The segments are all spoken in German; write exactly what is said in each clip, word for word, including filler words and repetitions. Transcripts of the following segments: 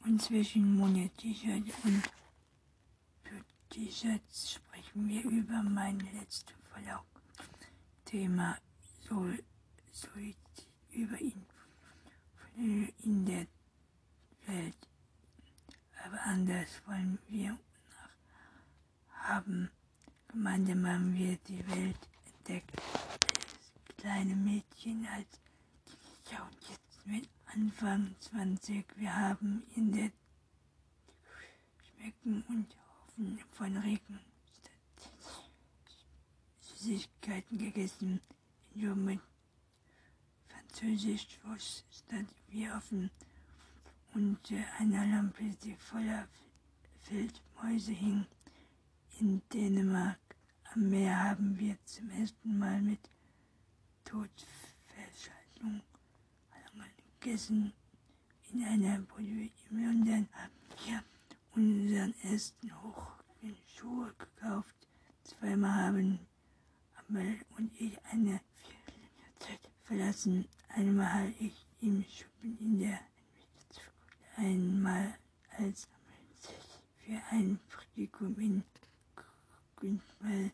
Und zwischen Money-T-Shirt und T-Shirts sprechen wir über mein letztes Verlauf-Thema, so, so über ihn in der Welt. Aber anders wollen wir nach haben. Gemeinsam haben wir die Welt entdeckt. Als kleine Mädchen, als ja, und jetzt mit Anfang zwanzig. Wir haben in der Schmecken und Hoffen von Regen Süßigkeiten gegessen. Nur mit Französisch stand wir offen und äh, eine Lampe, die voller Feldmäuse hing. In Dänemark am Meer haben wir zum ersten Mal mit Todverschaltung gegessen. In einer Brühe in London haben wir unseren ersten hohen Schuh gekauft. Zweimal haben Amel und ich eine Zeit verlassen. Einmal habe ich im Schuppen in der einmal als für ein Praktikum in Grünwald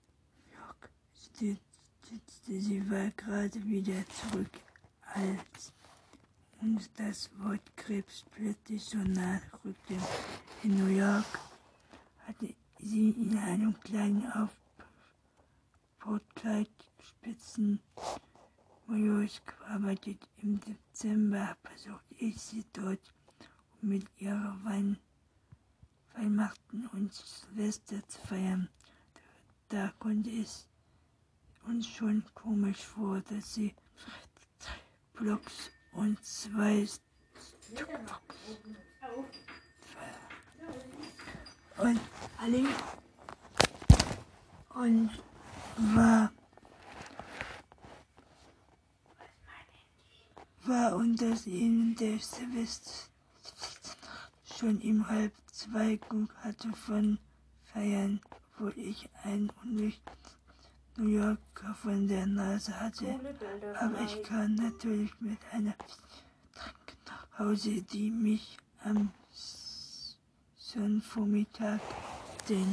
stützte. Sie war gerade wieder zurück, als uns das Wort Krebs plötzlich so nahe rückte. In New York hatte sie in einem kleinen Aufbautkleid Spitzen Majors gearbeitet. Im Dezember besuchte ich sie dort, um mit ihrer Wein Weihnachten und Silvester zu feiern. Da konnte es uns schon komisch vor, dass sie Blocks und zwei und alle und war war und dass ihnen der Silvester schon im halb zwei gut hatte von Feiern, wo ich ein Unlicht New Yorker von der Nase hatte. Aber ich kam natürlich mit einer Trinke nach Hause, die mich am Sonnenvormittag, den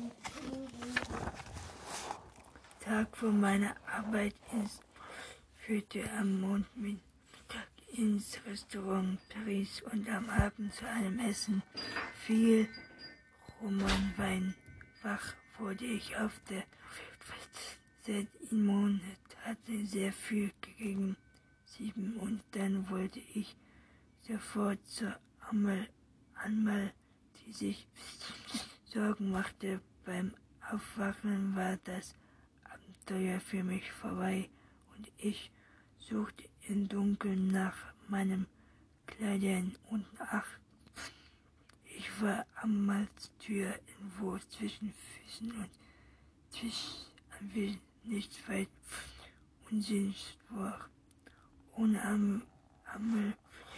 Tag vor meiner Arbeit, ins, führte am Montag ins Restaurant Paris und am Abend zu einem Essen. Viel Romanwein. Wach wurde ich auf der Seit im Monat hatte sehr viel gegen sieben und dann wollte ich sofort zur Amal, Amal, die sich Sorgen machte. Beim Aufwachen war das Abenteuer für mich vorbei und ich suchte im Dunkeln nach meinen Kleidern und ach, ich war Amals Tür irgendwo zwischen Füßen und Tisch, ein nicht weit unsinnig war. Ohne Am Amal,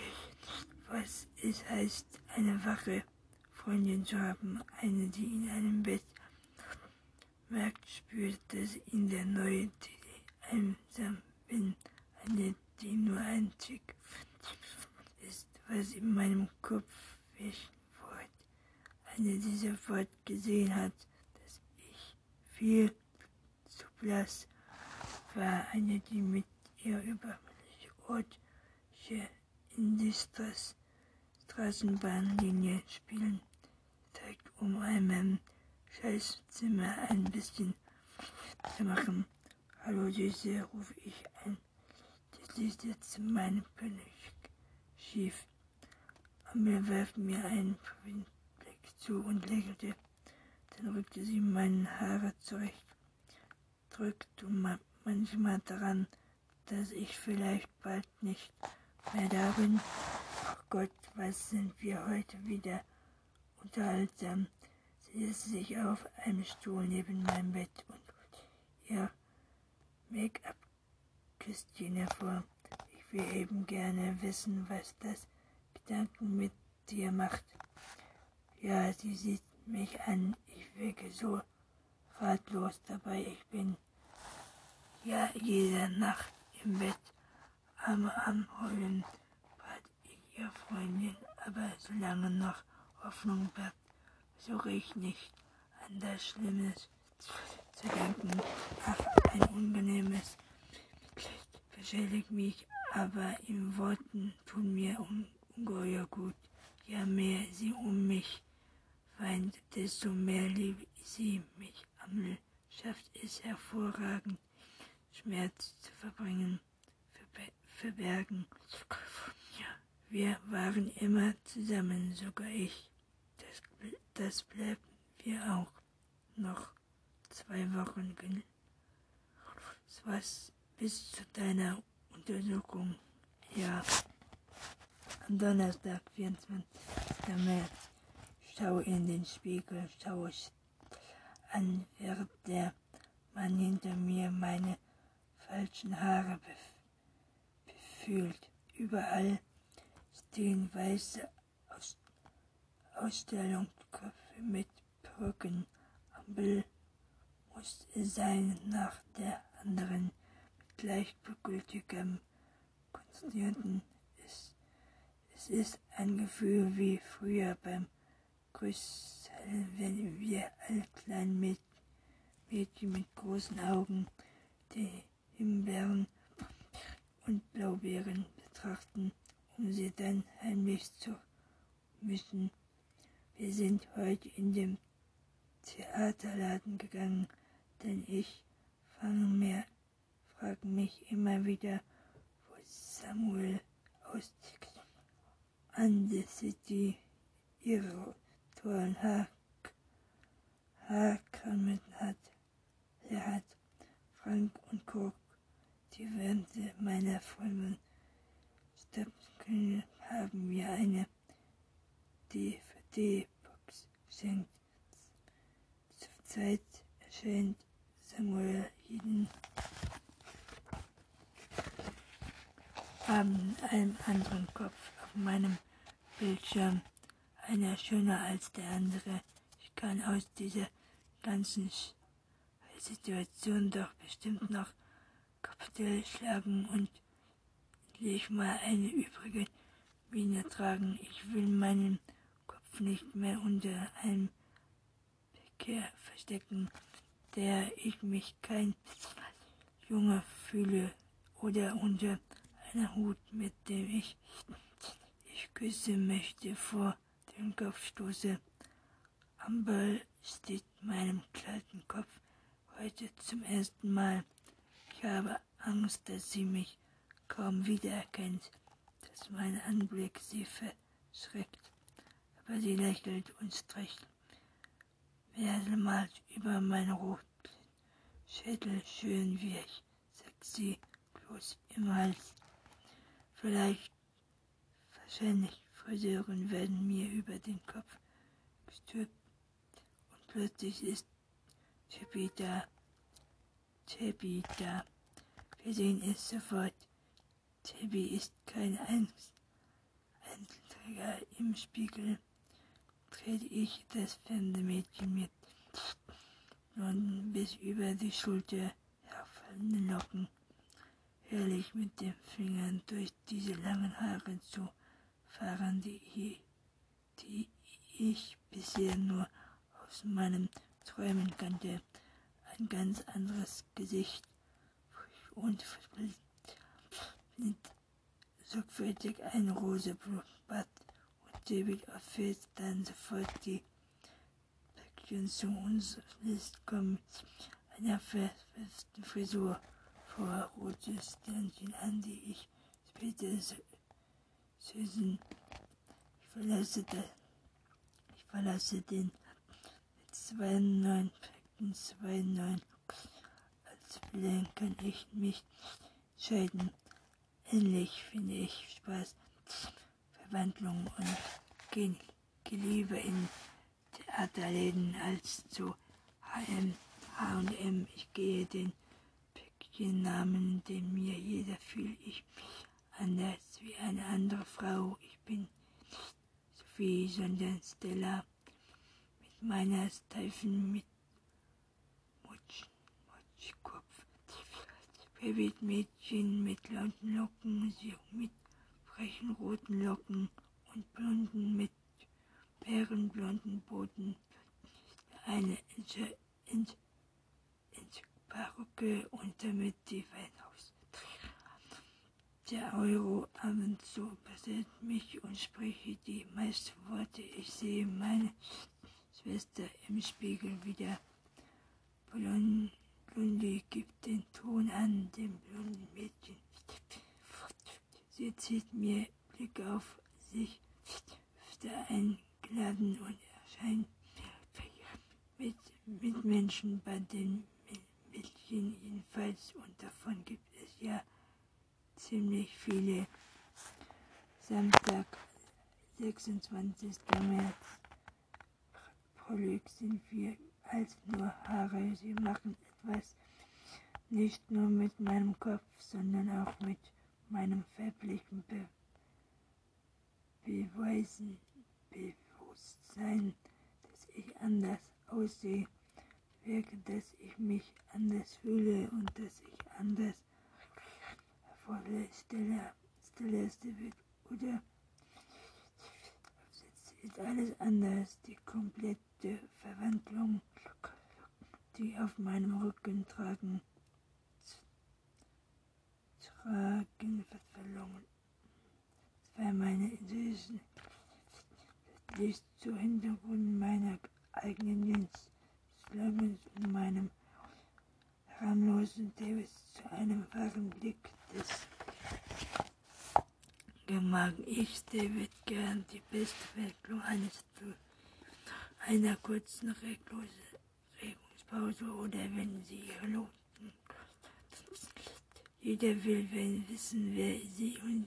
was es heißt, eine wache Freundin zu haben, eine, die in einem Bett merkt, spürt, dass in der neuen die einsam bin, eine, die nur einzig ist, was in meinem Kopf wischen wollte. Eine, die sofort gesehen hat, dass ich viel zu blass war, eine, die mit ihr über Ortsche in die Straß Straßenbahnlinie spielen zeigt, um einem Scheißzimmer ein bisschen zu machen. Hallo Süße, rufe ich ein. Die ist jetzt mein König schief. Amel warf mir einen Blick zu und lächelte. Dann rückte sie meine Haare zurecht. Drückt du ma manchmal daran, dass ich vielleicht bald nicht mehr da bin? Ach Gott, was sind wir heute wieder unterhaltsam. Sie setzte sich auf einem Stuhl neben meinem Bett und holte ihr Make-up-Kistchen hervor. Ich will eben gerne wissen, was das Gedanken mit dir macht. Ja, sie sieht mich an. Ich wirke so ratlos dabei. Ich bin ja jede Nacht im Bett am am Heulen, bat ich ihr Freundin aber solange noch Hoffnung bleibt, versuche ich nicht an das Schlimmes zu denken. Ach, ein unangenehmes beschädigt mich, aber in Worten tun mir ungeheuer gut. Je mehr sie um mich weint, desto mehr liebe sie mich. Amel schafft es hervorragend, Schmerz zu verbringen, verbe verbergen. Wir waren immer zusammen, sogar ich. Das, das bleiben wir auch noch zwei Wochen. Was bis zu deiner Untersuchung? Ja, am Donnerstag, vierundzwanzigsten März. Schaue in den Spiegel, schaue ich an, während der Mann hinter mir meine falschen Haare befühlt. Überall stehen weiße Aus Ausstellungsköpfe mit Perücken. Ampel muss es sein, nach der anderen mit gleichgültigem konzentrierten. Es, es ist ein Gefühl wie früher beim Grüßeln, wenn wir alle kleinen Mädchen mit großen Augen die Himbeeren und Blaubeeren betrachten, um sie dann heimlich zu mischen. Wir sind heute in den Theaterladen gegangen, denn ich fange mir, frage mich immer wieder, wo Samuel aus City ihre tollen Haar, Haarkrammen hat. Er hat Frank und Cook, die während meiner Freundin Stepken haben mir eine D V D-Box geschenkt. Zurzeit erscheint Samuel jeden Abend einem anderen Kopf auf meinem Bildschirm, einer schöner als der andere. Ich kann aus dieser ganzen Situation doch bestimmt noch Kapitel schlagen und endlich mal eine übrige Miene tragen. Ich will meinen Kopf nicht mehr unter einem Bekehr verstecken, der ich mich kein Junge fühle, oder unter einer Hut, mit dem ich ich küssen möchte, vor dem Kopf stoße. Am Ball steht meinem kalten Kopf heute zum ersten Mal. Ich habe Angst, dass sie mich kaum wiedererkennt, dass mein Anblick sie verschreckt. Aber sie lächelt und streicht mehrmals über meinen roten Schädel. Schön wie ich, sagt sie, bloß im Hals. Vielleicht, wahrscheinlich, Friseuren werden mir über den Kopf gestülpt und plötzlich ist Chippy da. Chippy da. Wir sehen es sofort. Chippy ist kein Einzelträger. Im Spiegel trete ich das fremde Mädchen mit blonden bis über die Schulter herfallenden Locken. Herrlich mit den Fingern durch diese langen Haare zu fahren, die, die ich bisher nur aus meinen Träumen kannte. Ein ganz anderes Gesicht und sorgfältig ein rosa Bart und David erfährt dann sofort die Päckchen zu uns. List kommt einer verfesten Frisur vor, rotes Sternchen an, die ich später süßen. Ich verlasse, das, ich verlasse den mit zwei neuen Päckchen, zwei neuen. Als Plan kann ich mich entscheiden. Endlich finde ich Spaß, Verwandlung und gehe lieber in Theaterläden als zu H und M. Ich gehe den Päckchennamen, den mir jeder fühle ich mich anders wie eine andere Frau. Ich bin nicht Sophie, sondern Stella mit meiner steifen mit Mutsch, Mutschkopf. Babymädchen mit lauten Locken, sie mit frechen roten Locken und blonden mit mehreren blonden Booten, eine Inche, Inche, Inche Perücke und damit die Weinhaus. Der Euro ab und zu passiert mich und spreche die meisten Worte. Ich sehe meine Schwester im Spiegel wieder. Blond, Blondie gibt den Ton an dem blonden Mädchen. Sie zieht mir Blick auf sich, öfter eingeladen und erscheint mit Mitmenschen bei den Mädchen jedenfalls. Und davon gibt es ja ziemlich viele. Samstag, sechsundzwanzigsten März. Prolog sind wir als nur Haare. Sie machen etwas nicht nur mit meinem Kopf, sondern auch mit meinem farblichen Be Beweisen, Bewusstsein, dass ich anders aussehe, wirke, dass ich mich anders fühle und dass ich anders Stelle, Stelle wird oder ist alles anders. Die komplette Verwandlung, die auf meinem Rücken tragen, tragen Verwandlungen. Das war meine Intuition. Licht zu Hintergrund meiner eigenen Dienstslogans und meinem harmlosen Davis zu einem wahren Blick des mag ich David gern die beste Version eines einer kurzen Reglose, Regungspause oder wenn sie loten. Jeder will wenn wissen, wer sie und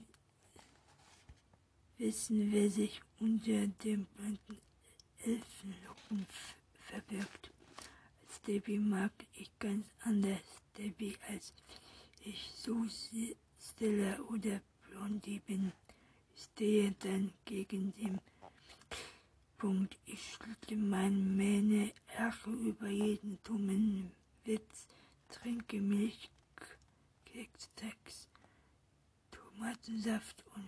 wissen, wer sich unter dem bunten Elfenlocken verbirgt. Als Debbie mag ich ganz anders Debbie als ich Susi, Stella oder Blondie bin. Ich stehe dann gegen den Punkt. Ich schüttle meine Mähne, lache über jeden dummen Witz, trinke Milch, Kekstex, Tomatensaft und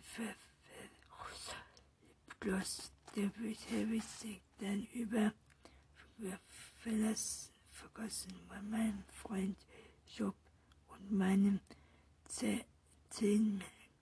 Lipgloss. Der bisher witzig dann über verlassen, vergessen bei meinem Freund Job und meinem Zehn.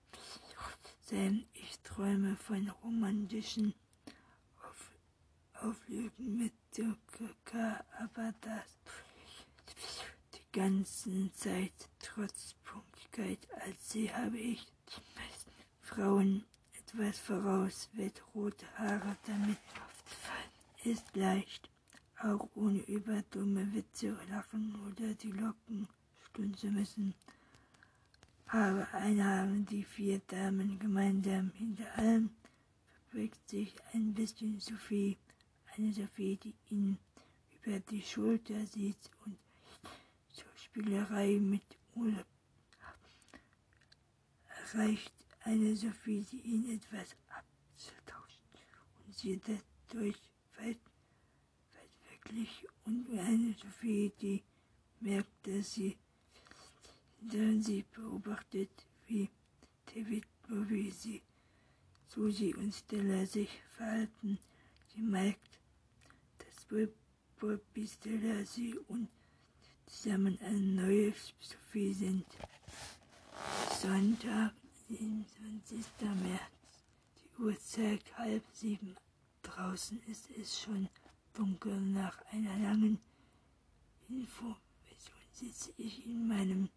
Ich träume von romantischen Auf Auflügen mit Türkei, aber das die ganze Zeit trotz Punktlichkeit als sie habe ich Frauen etwas voraus, wird rote Haare damit ist leicht, auch ohne über dumme Witze lachen oder die Locken stehen zu müssen. Aber eine haben die vier Damen gemeinsam. Hinter allem verbirgt sich ein bisschen Sophie, eine Sophie, die ihn über die Schulter sieht und zur Spielerei mit Urlaub erreicht. Eine Sophie, die ihn etwas abzutauscht und sie dadurch weit, weit wirklich und eine Sophie, die merkt, dass sie dann sie beobachtet, wie David, wie sie, Susi und Stella sich verhalten. Sie merkt, dass Bobby, Stella, sie und zusammen eine neue Sophie sind. Sonntag, siebenundzwanzigsten März. Die Uhrzeit halb sieben. Draußen ist es schon dunkel. Nach einer langen Information sitze ich in meinem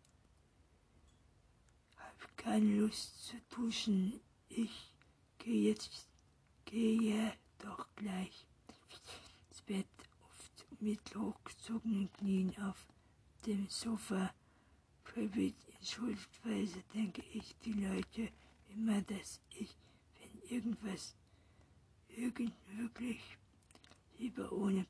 keine Lust zu duschen. Ich gehe jetzt, gehe doch gleich ins Bett oft mit hochgezogenen Knien auf dem Sofa. Privat in Schuldweise denke ich die Leute immer, dass ich, wenn irgendwas, irgend wirklich lieber ohne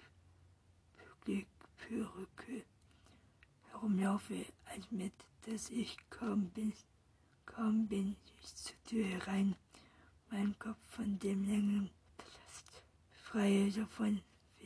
Perücke herumlaufe, als mit, dass ich kaum bin. Kaum bin ich zur Tür herein, mein Kopf von dem langen befreie, so von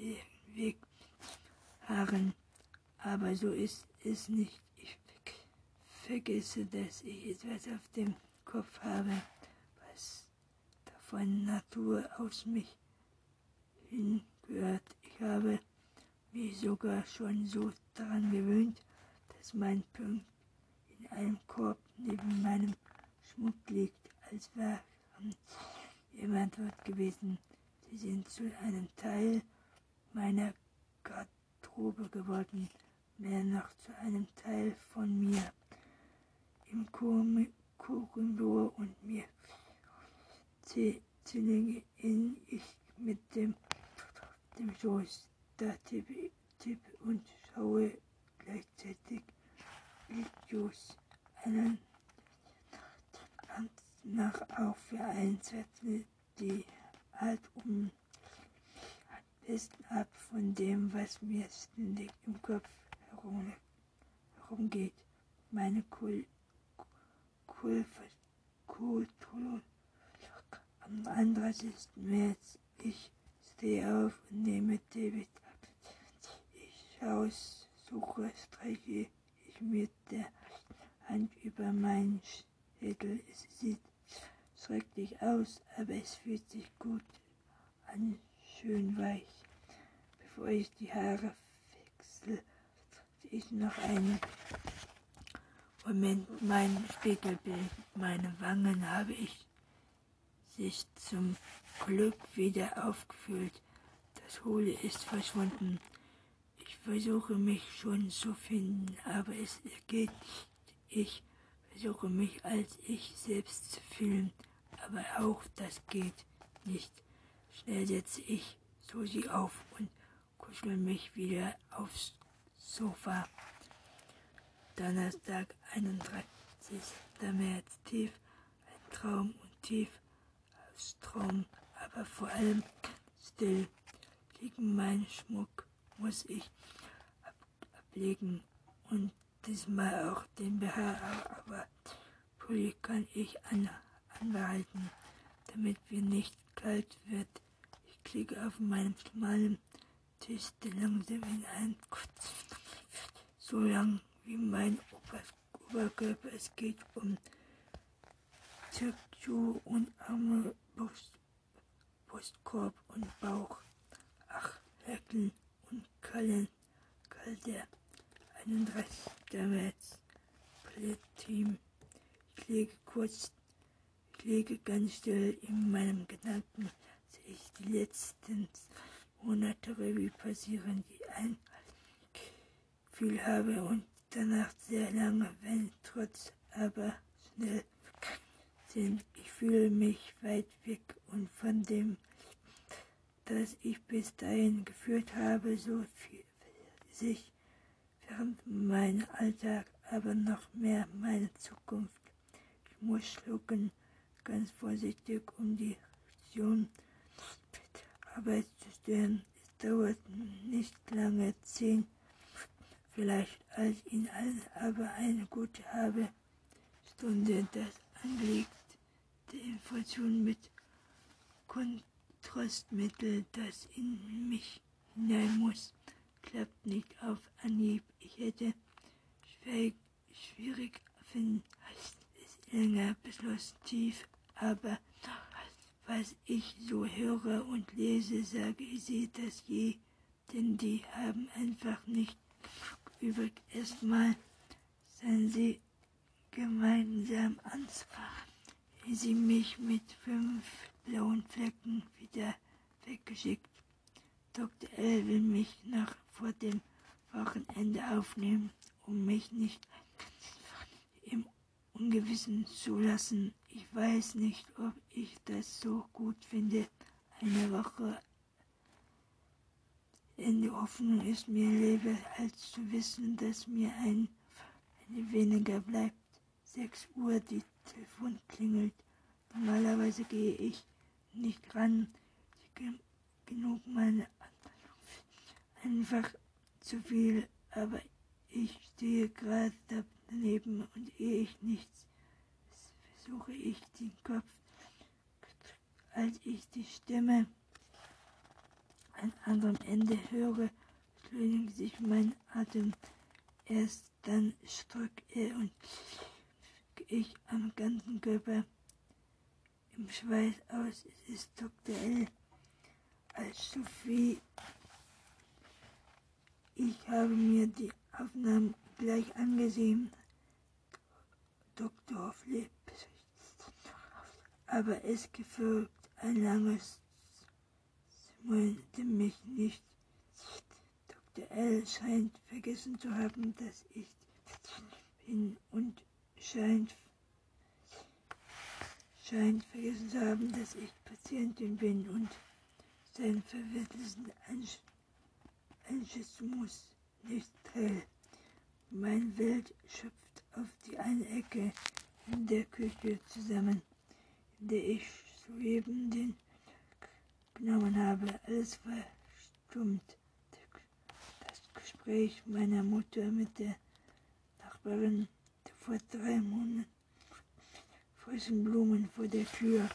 Weghaaren. Aber so ist es nicht. Ich vergesse, dass ich etwas auf dem Kopf habe, was von Natur aus mich hingehört. Ich habe mich sogar schon so daran gewöhnt, dass mein Punkt in einem Korb neben meinem Schmuck liegt, als wäre jemand dort gewesen. Sie sind zu einem Teil meiner Garderobe geworden, mehr noch zu einem Teil von mir. Im Korridor und mir zwillinge in ich mit dem, dem Schoß da tippe, tippe und schaue gleichzeitig Videos einen nach auch für Einsätze, die halt um am besten ab von dem, was mir ständig im Kopf herum, herumgeht. Meine Kultur. Kultur. Am einunddreißigsten März. Ich stehe auf und nehme David ab. Ich schaue, suche, streiche ich mit der Hand über meinen Schädel. Es sieht schrecklich aus, aber es fühlt sich gut an, schön weich. Bevor ich die Haare wechsle, ich noch einen Moment mein Spiegelbild. Meine Wangen habe ich sich zum Glück wieder aufgefüllt. Das Hohle ist verschwunden. Ich versuche mich schon zu finden, aber es geht nicht. Ich versuche mich als ich selbst zu fühlen, aber auch das geht nicht. Schnell setze ich Susi auf und kuschel mich wieder aufs Sofa. Donnerstag, einunddreißigster März. Tief, ein Traum und tief als Traum, aber vor allem still. Gegen meinen Schmuck muss ich ab ablegen und diesmal auch den B H, aber Pulli kann ich an anbehalten, damit mir nicht kalt wird. Ich klicke auf meinem schmalen Tisch, der langsam in einen Kotz, so lang wie mein Ober Oberkörper. Es geht um Zirkschuh und Arme, Brust, Brustkorb und Bauch. Ach, Häkeln und Kallen, Kalter. einunddreißigster März. Plätteam. Ich lege kurz, ich lege ganz still in meinem Gedanken, sehe ich die letzten Monate Revue passieren, die ein Gefühl habe und danach sehr lange, wenn trotz aber schnell sind. Ich fühle mich weit weg und von dem, das ich bis dahin geführt habe, so viel sich während mein Alltag, aber noch mehr meine Zukunft. Ich muss schlucken, ganz vorsichtig, um die Reaktion mit Arbeit zu stören. Es dauert nicht lange, zehn vielleicht als in allen, aber eine gute halbe Stunde, das angelegt, die Information mit Kontrastmittel, das in mich hinein muss, klappt nicht auf Anhieb. Ich hätte schwierig, schwierig finden, es länger beschlossen tief, aber was ich so höre und lese, sage ich sie das je, denn die haben einfach nicht übrig. Erstmal seien sie gemeinsam anzufahren, wie sie mich mit fünf blauen Flecken wieder weggeschickt. Doktor L. will mich noch vor dem Wochenende aufnehmen, um mich nicht im Ungewissen zu lassen. Ich weiß nicht, ob ich das so gut finde. Eine Woche in der Hoffnung ist mir lieber, als zu wissen, dass mir ein, eine weniger bleibt. sechs Uhr, die Telefon klingelt. Normalerweise gehe ich nicht ran. Ich genug meine einfach zu viel, aber ich stehe gerade daneben und ehe ich nichts versuche ich den Kopf, als ich die Stimme am anderen Ende höre, beschleunigt sich mein Atem. Erst dann stockt er und ich am ganzen Körper im Schweiß aus. Es ist Doktor L. als Sophie. Ich habe mir die Aufnahmen gleich angesehen. Doktor Hoff lebt. Aber es gefolgt ein langes wollte mich nicht. Doktor L. scheint vergessen zu haben, dass ich bin und scheint, scheint vergessen zu haben, dass ich Patientin bin und sein verwirrten Anschismus nicht teil. Meine Welt schöpft auf die eine Ecke in der Küche zusammen, in der ich soeben den genommen habe. Alles verstummt. Das Gespräch meiner Mutter mit der Nachbarin vor drei Monaten, frischen Blumen vor der Tür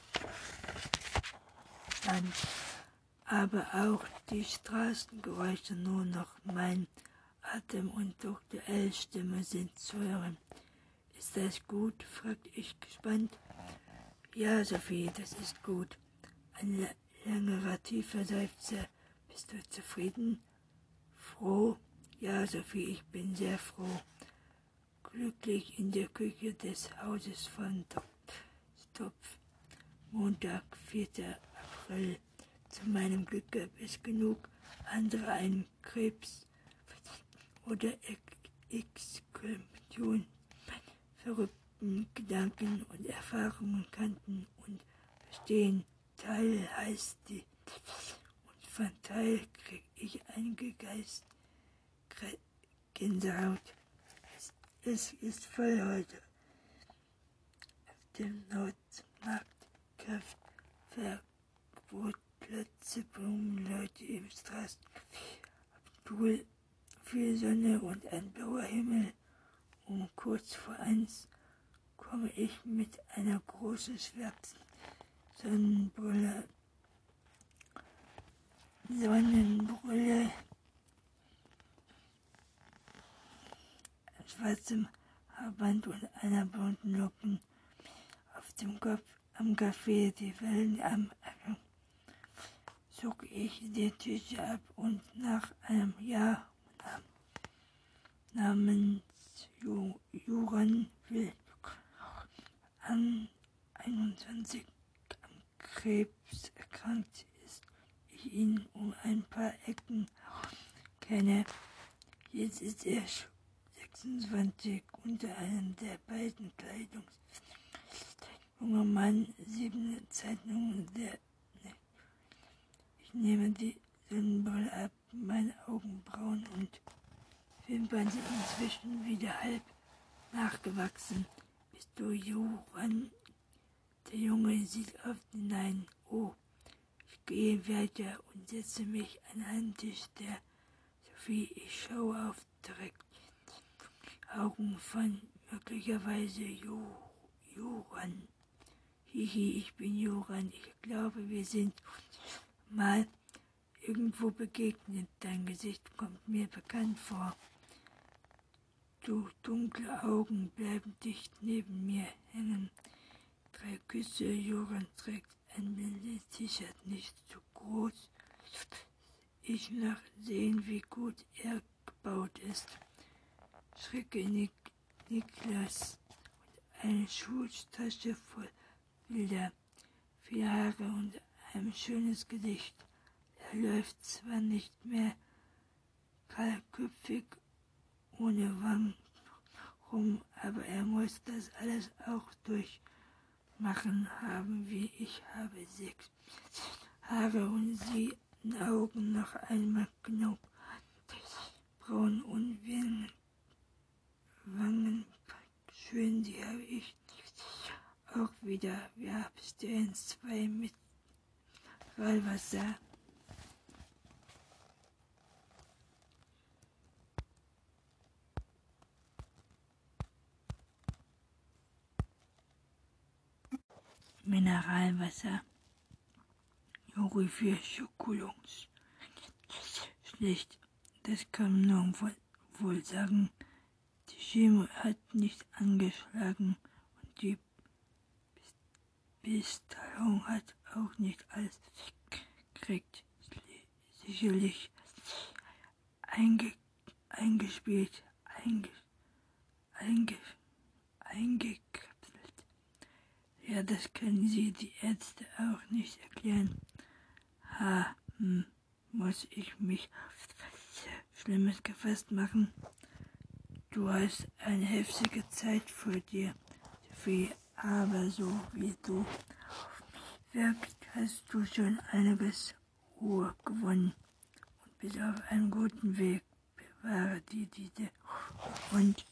stand, aber auch die Straßengeräusche, nur noch mein Atem und Doktor L. Stimme sind zu hören. Ist das gut? Fragte ich gespannt. Ja, Sophie, das ist gut. Ein längerer, tiefer Seufzer. Bist du zufrieden? Froh? Ja, Sophie, ich bin sehr froh. Glücklich in der Küche des Hauses von Stopf. Montag, vierter April. Zu meinem Glück gab es genug andere einen Krebs oder Exkursion, verrückten Gedanken und Erfahrungen kannten und verstehen. Teil heißt die und von Teil krieg ich einige Geist Gänsehaut. Es, es ist voll heute. Auf dem Nordmarkt Kraftverbot, Plätze, Blumen, Leute im Straßencafé, Abdul, viel Sonne und ein blauer Himmel. Um kurz vor eins komme ich mit einer großen schwarzen Sonnenbrille, Sonnenbrille, schwarzem Haarband und einer blonden Locken auf dem Kopf am Café, die Wellen am Abhang. Zog ich die Tüte ab und nach einem Jahr namens Juran will an einundzwanzig am Krebs erkrankt ist, ich ihn um ein paar Ecken kenne. Jetzt ist er sechsundzwanzig, unter einem der beiden Kleidungs. Junger Mann, sieben Zeitungen, der. Ich nehme die Sonnenbrille ab, meine Augenbrauen und Wimpern sind inzwischen wieder halb nachgewachsen. Bist du Johann? Der Junge sieht oft hinein. Oh, ich gehe weiter und setze mich an einen Tisch der Sophie. Ich schaue auf direkt Augen von möglicherweise jo, Johann. Hihi, ich bin Johann. Ich glaube, wir sind mal irgendwo begegnet. Dein Gesicht kommt mir bekannt vor. Du dunkle Augen bleiben dicht neben mir hängen. Drei Küsse. Johann trägt ein blindes T-Shirt, nicht zu groß. Ich nach sehen, wie gut er gebaut ist. Schrecke Nik Niklas und eine Schultasche voll Bilder, vier Haare und ein schönes Gesicht. Er läuft zwar nicht mehr kahlköpfig ohne Wangen rum, aber er muss das alles auch durchmachen haben, wie ich habe sechs Haare und sie in Augen noch einmal genug. Braun und Wangen schön, die habe ich auch wieder. Wir bestellen zwei mit Mineralwasser. Mineralwasser. Juri für Schokolons. Schlecht, das kann man wohl, wohl sagen. Die Chemo hat nicht angeschlagen und die Bestrahlung hat auch nicht alles gekriegt. Sicherlich einge, eingespielt, einge, einge, eingekapselt. Ja, das können sie die Ärzte auch nicht erklären. Ha, hm, muss ich mich auf was Schlimmes gefasst machen? Du hast eine heftige Zeit vor dir, Sophie, aber so wie du wirkst, hast du schon einiges Ruhe gewonnen und bist auf einem guten Weg. Bewahre dir diese und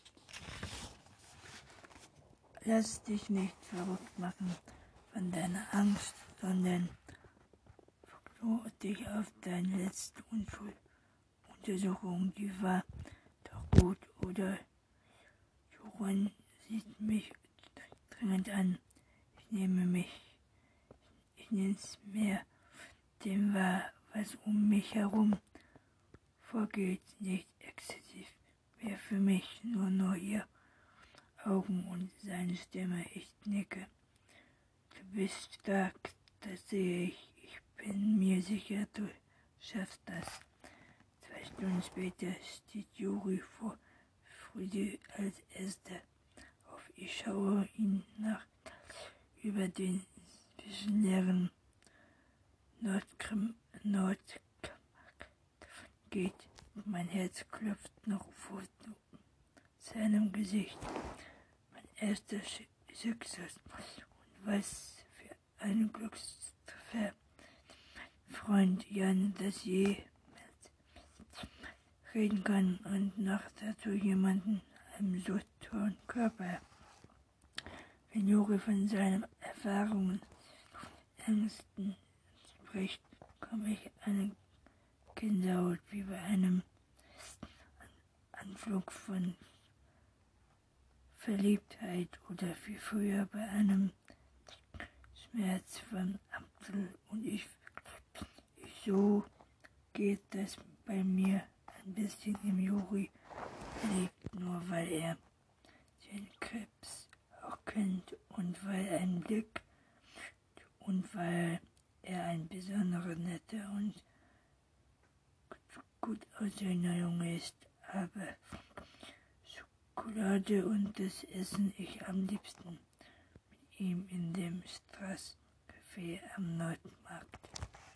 lass dich nicht verrückt machen von deiner Angst, sondern fokussiere dich auf deine letzte Untersuchung, die war doch gut, oder? Joran sieht mich dringend an. Ich nehme mich, ich nehme es mehr dem wahr, was um mich herum vorgeht, nicht exzessiv mehr für mich, nur nur ihr Augen und seine Stimme. Ich nicke. Du bist stark, das sehe ich. Ich bin mir sicher, du schaffst das. Zwei Stunden später steht Juri vor Früh als erster auf. Ich schaue ihn nach über den zwischen leeren Nordkrim, Nordkrim geht. Mein Herz klopft noch vor seinem Gesicht. Mein erster Schicksal. Und was für ein Glückstreffer. Freund Jan, das je reden kann und noch dazu jemanden einem so tollen Körper. Wenn Juri von seinen Erfahrungen, Ängsten spricht, komme ich eine Gänsehaut wie bei einem Anflug von Verliebtheit oder wie früher bei einem Schmerz von Apfel. Und ich, ich so geht das bei mir ein bisschen im Juri verliebt, nur weil er den Krebs auch kennt und weil ein Blick und weil er ein besonderer, netter und gut aussehender Junge ist, aber Schokolade und das Essen ich am liebsten mit ihm in dem Straßcafé am Nordmarkt.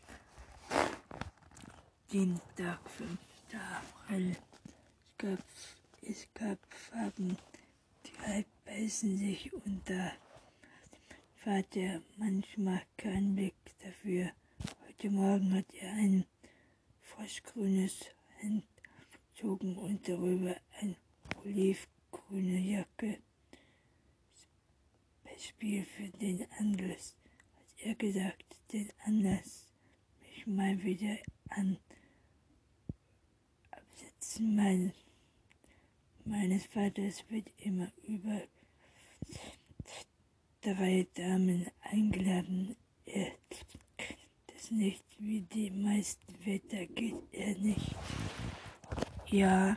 Dienstag, fünfter April. Es gab, es gab Farben, die halb beißen sich und da Vater manchmal keinen Blick dafür. Heute Morgen hat er ein froschgrünes Hemd gezogen und darüber eine olivgrüne Jacke. Beispiel für den Anlass, hat er gesagt, den Anlass, mich mal wieder an Absetzen meines, meines Vaters wird immer über drei Damen eingeladen. Er das nicht, wie die meisten Väter geht er nicht. Ja.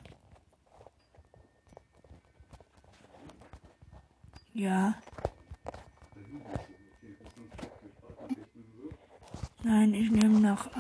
Ja. Nein, ich nehme noch